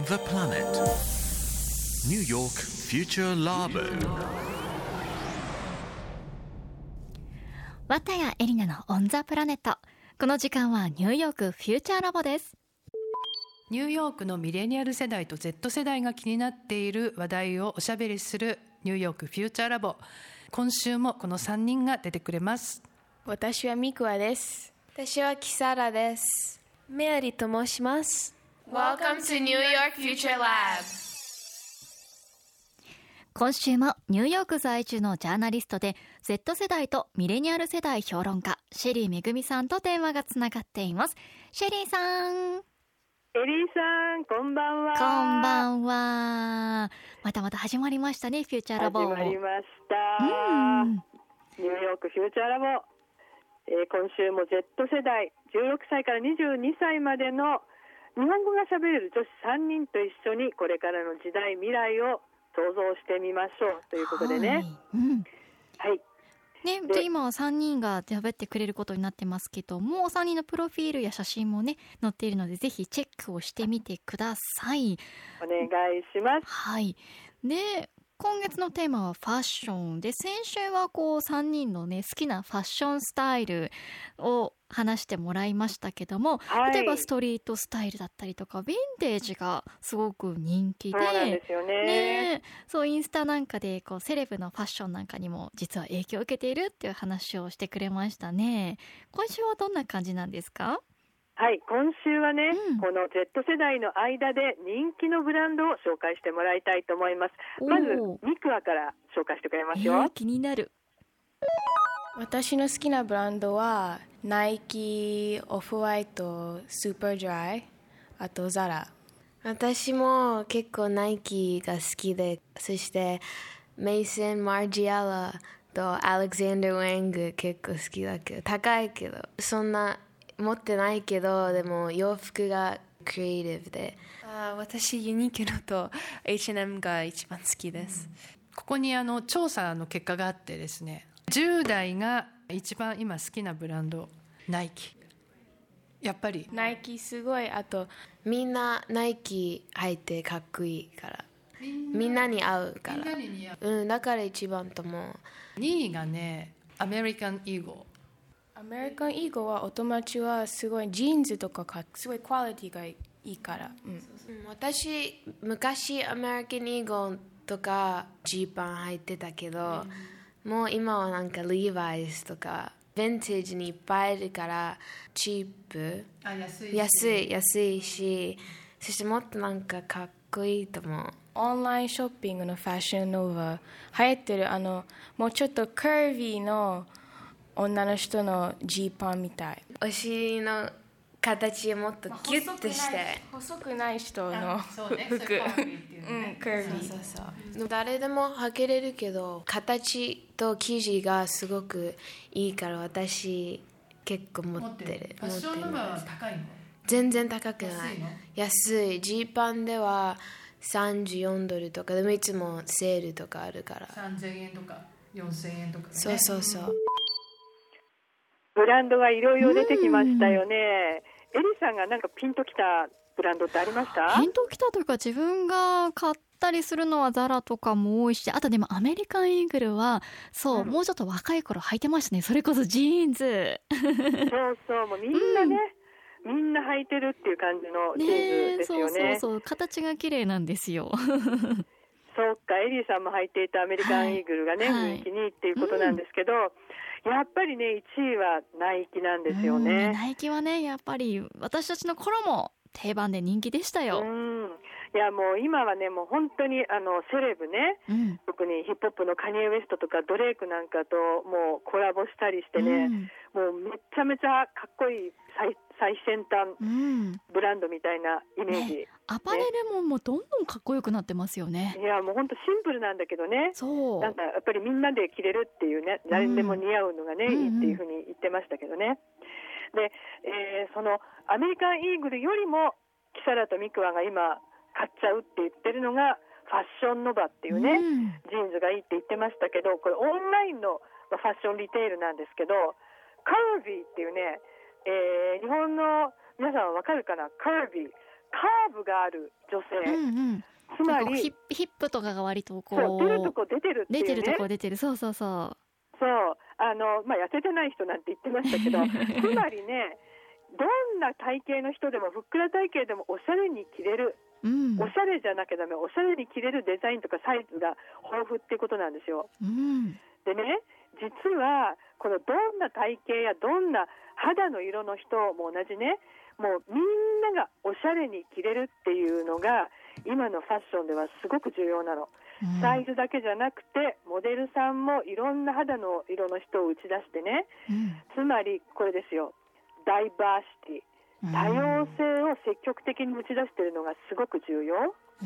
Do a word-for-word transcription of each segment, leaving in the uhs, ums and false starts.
the planet. New York Future Labo. 綿谷エリナのオンザプラネット。この時間はニューヨークフューチャーラボです。 ニューヨークのミレニアル世代と Z 世代が気になっている話題をおしゃべりするニューヨークフューチャーラボ。今週もこのさんにんが出てくれます。 私はミクワです。 私はキサラです。 メアリと申します。 Welcome to New York Future Lab。 今週もニューヨーク在住のジャーナリストで Z 世代とミレニアル世代評論家シェリーめぐみさんと電話がつながっています。シェリーさん。 エリーさん、こんばんは。 こんばんは。またまた始まりましたね、フューチャーラボ。 始まりました。 うん。 ニューヨークフューチャーラボ、えー、今週も Z 世代じゅうろくさいからにじゅうにさいまでの日本語がしゃべれる女子さんにんと一緒にこれからの時代未来を想像してみましょうということでね。 はい、うん、 はいね、で今はさんにんが喋ってくれることになってますけども、さんにんのプロフィールや写真もね載っているので、ぜひチェックをしてみてください。 お願いします。 はい。で今月のテーマはファッションで、先週はこうさんにんのね好きなファッションスタイルを話してもらいましたけども、はい、例えばストリートスタイルだったりとかヴィンテージがすごく人気で、 そうなんですよね。 ね、そうインスタなんかでこうセレブのファッションなんかにも実は影響を受けているっていう話をしてくれましたね。今週はどんな感じなんですか？ はい、今週はね、うん、この Z 世代の間で人気のブランドを紹介してもらいたいと思います。まずミクワから紹介してくれますよ。 えー、気になる。 私の好きなブランドはナイキ、オフホワイト、スーパードライ、あとザラ。 私も結構ナイキが好きで、そしてメイソン・マージアラとアレクサンダー・ウェング結構好きだけど、高いけどそんな持ってないけど、でも洋服がクリエイティブで。 あ、私ユニクロと エイチアンドエム が一番好きです、 うん、ここにあの調査の結果があってですね、じゅう代が一番今好きなブランドナイキ。やっぱりナイキすごい。あとみんなナイキ履いてかっこいいから、みんなに合うから、うん、だから一番と思う。 にいがねアメリカンイーゴー。 アメリカンイーゴーはお友達はすごいジーンズとかかすごいクオリティがいいから、うん、 私昔アメリカンイーゴーとかジーパン履いてたけど、うん、もう今はなんかリーバイスとかヴィンテージにいっぱいいるからチープ、 あ、安い安い安いし、そしてもっとなんかかっこいいと思う。 オンラインショッピングのファッションノーバー流行ってる、あのもうちょっとカービーの女の人のジーパンみたい。 お尻の形をもっとギュッとして、 細くない人の服、 ね、 うん、カービー。 そうそうそう。誰でも履けれるけど、形と生地がすごくいいから私結構持ってる。 ファッションノバは高いの？ 全然高くない。安い。ジーパンではさんじゅうよんドルとか、でもいつもセールとかあるから。 さんぜんえんとかよんせんえんとかね。 そうそうそう。 ブランドがいろいろ出てきましたよね。エリさんがなんかピンときたブランドってありました？ ピンときたというか、自分が買ったりするのはザラとかも多いし、あとでもアメリカンイーグルはそう、うん、もうちょっと若い頃履いてましたね。それこそジーンズそうそう、もうみんなね、うん、みんな履いてるっていう感じのジーンズですよね。 そうそうそう、形が綺麗なんですよそうか、エリーさんも履いていたアメリカンイーグルがね、はい、人気にっていうことなんですけど、うん、やっぱりねいちいはナイキなんですよね。 ナイキはねやっぱり私たちの頃も定番で人気でしたよ。 うん、いやもう今はねもう本当にあのセレブね、うん、特にヒップホップのカニエ・ウェストとかドレイクなんかともうコラボしたりしてね、うん、もうめちゃめちゃかっこいい最最先端ブランドみたいなイメージ、 ね、アパレルももうどんどんかっこよくなってますよね。 いやもう本当シンプルなんだけどね、 そうなんかやっぱりみんなで着れるっていうね、誰でも似合うのがね、うん、いいっていうふうに言ってましたけどね。で、えー、そのアメリカンイーグルよりもキサラとミクワが今買っちゃうって言ってるのがファッションノバっていうね、うん、ジーンズがいいって言ってましたけど、これオンラインのファッションリテールなんですけど、カービーっていうね、えー、日本の皆さんはわかるかな。カービーカーブがある女性、 うんうん、 つまりヒップ、ヒップとかが割とこうそう出るとこ出てるっていうね、 出てるとこ出てる、そうそうそう、 そうあの、まあ、痩せてない人なんて言ってましたけどつまりね、どんな体型の人でもふっくら体型でもおしゃれに着れる、うん、おしゃれじゃなきゃダメ、おしゃれに着れるデザインとかサイズが豊富っていうことなんですよ、うん、でね、実はこのどんな体型やどんな肌の色の人も同じね、もうみんながおしゃれに着れるっていうのが今のファッションではすごく重要なの、うん、サイズだけじゃなくてモデルさんもいろんな肌の色の人を打ち出してね、うん、つまりこれですよ、ダイバーシティ、多様性を積極的に打ち出しているのがすごく重要、うん、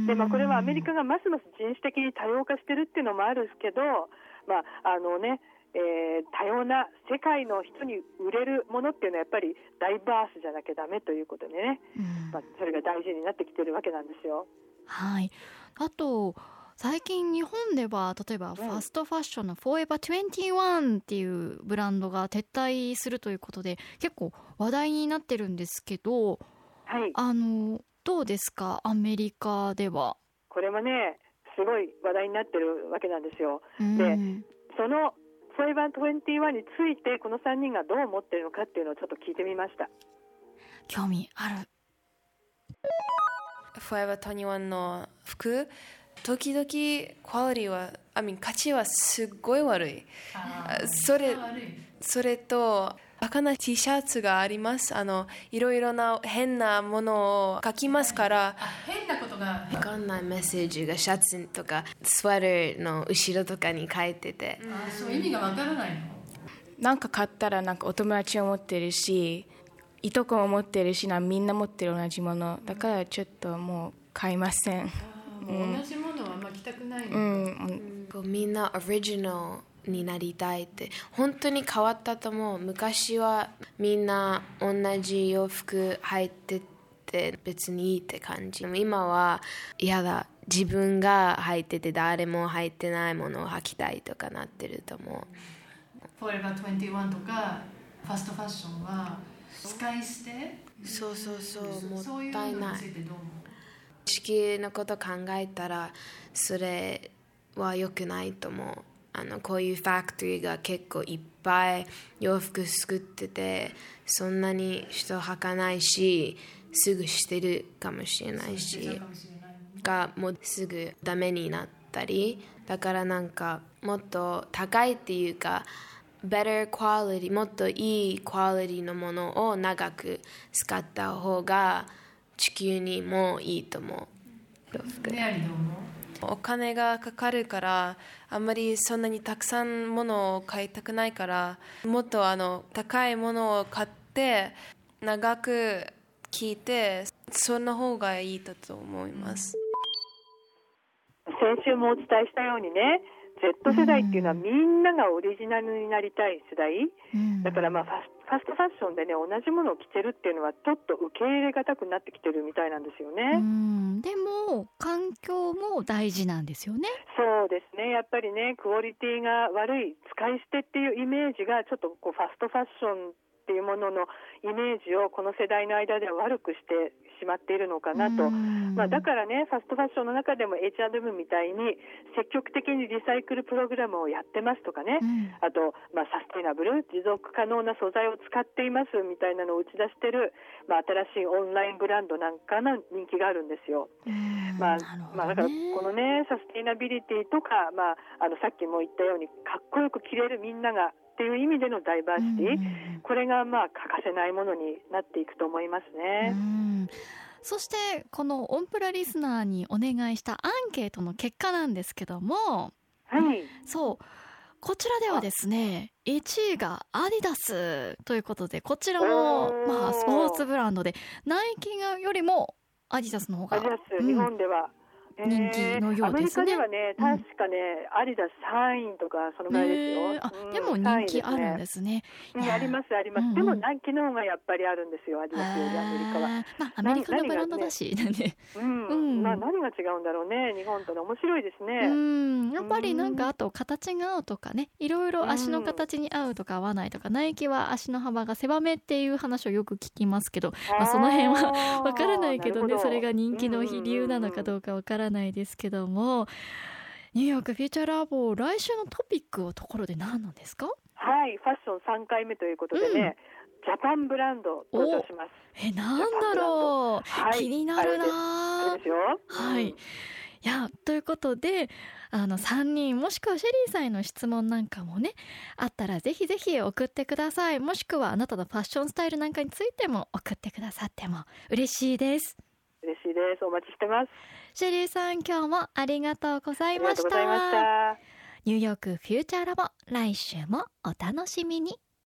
で、まあ、これはアメリカがますます人種的に多様化してるっていうのもあるんですけど、まああのねえー、多様な世界の人に売れるものっていうのはやっぱりダイバースじゃなきゃダメということでね、うんまあ、それが大事になってきてるわけなんですよ。 はい、あと最近日本では例えばファストファッションのフォーエバーにじゅういちっていうブランドが撤退するということで結構話題になってるんですけど、はい、あのどうですか、アメリカでは。 これもねすごい話題になってるわけなんですよ、うん、でそのフォーエバーにじゅういちについてこのさんにんがどう思ってるのかっていうのをちょっと聞いてみました。 興味ある。 フォーエバーにじゅういちの服、時々クオリティは、I mean、価値はすごい悪い。それ、それとバカな T シャツがあります。あのいろいろな変なものを書きますから、 変なことが分かんないメッセージがシャツとかスウェットの後ろとかに書いてて、 うん、あ、そう意味が分からないの。 なんか買ったらなんかお友達を持ってるし、いとこも持ってるしな、みんな持ってる同じものだからちょっともう買いません。 もう同じものはあんま着たくないの、 うんうん、みんなオリジナルになりたいって本当に変わったと思う。昔はみんな同じ洋服履いてて別にいいって感じ。今は嫌だ、自分が履いてて誰も履いてないものを履きたいとかなってると思う。 フォーエバーにじゅういちとかファストファッションは使い捨て、 そうそうそう、もったいない。 そういうのについてどう思う？ 地球のこと考えたらそれは良くないと思う。あのこういうファクトリーが結構いっぱい洋服作っててそんなに人履かないしすぐ捨てるかもしれないしがもうすぐダメになったり、だからなんかもっと高いっていうか better quality、 もっといいクオリティのものを長く使った方が地球にもいいと思う。 ね、ありどう思う？ お金がかかるからあんまりそんなにたくさんものを買いたくないから、もっとあの高いものを買って長く着てその方がいいだと思います。 先週もお伝えしたようにね、Z 世代っていうのはみんながオリジナルになりたい世代、うん、だからまあファスファストファッションでね同じものを着てるっていうのはちょっと受け入れがたくなってきてるみたいなんですよね。 うん、でも環境も大事なんですよね。 そうですね、やっぱりねクオリティが悪い使い捨てっていうイメージがちょっとこうファストファッションっていうもののイメージをこの世代の間では悪くしてしまっているのかなと、まあ、だからねファストファッションの中でも エイチアンドエム みたいに積極的にリサイクルプログラムをやってますとかね、うん、あと、まあ、サステイナブル持続可能な素材を使っていますみたいなのを打ち出している、まあ、新しいオンラインブランドなんかの人気があるんですよ。まあまあ、だからこのねサステイナビリティとか、まあ、あのさっきも言ったようにかっこよく着れるみんながっていう意味でのダイバーシティ、うん、これがまあ欠かせないものになっていくと思いますね。 うん、そしてこのオンプラリスナーにお願いしたアンケートの結果なんですけども、 はい、 そうこちらではですねいちいがアディダスということで、こちらもまあスポーツブランドでナイキよりもアディダスの方がアディダス、うん、日本では人気のようですね。 アメリカではね、確かね、うん、アディダスさんいとかそのぐらいですよ。 あ、うん、でも人気あるんですね。 うん、ありますあります、うんうん。でもナイキの方がやっぱりあるんですよ、アディダスよりアメリカは。 まあ、 アメリカのブランドだし、ね、 うんうん、まあ、何が違うんだろうね、日本とね。面白いですね。 うん、やっぱりなんかあと形が合うとかね、いろいろ足の形に合うとか合わないとか、ナイキは足の幅が狭めっていう話をよく聞きますけど、まあ、その辺はわからないけどね、それが人気の理由なのかどうかわからないですけども、ニューヨークフューチャーラボ、来週のトピックはところで何なんですか？ はい、ファッションさんかいめということでね、うん、ジャパンブランド登場します。 え、なんだろう、はい、気になるな。 あれですよ、 はい、うん、いや、ということで、あのさんにん、もしくはシェリーさんへの質問なんかもね、あったらぜひぜひ送ってください。もしくはあなたのファッションスタイルなんかについても送ってくださっても嬉しいです。 嬉しいです。お待ちしてます。 シェリーさん、今日もありがとうございました。 ありがとうございました。 ニューヨークフューチャーラボ、来週もお楽しみに。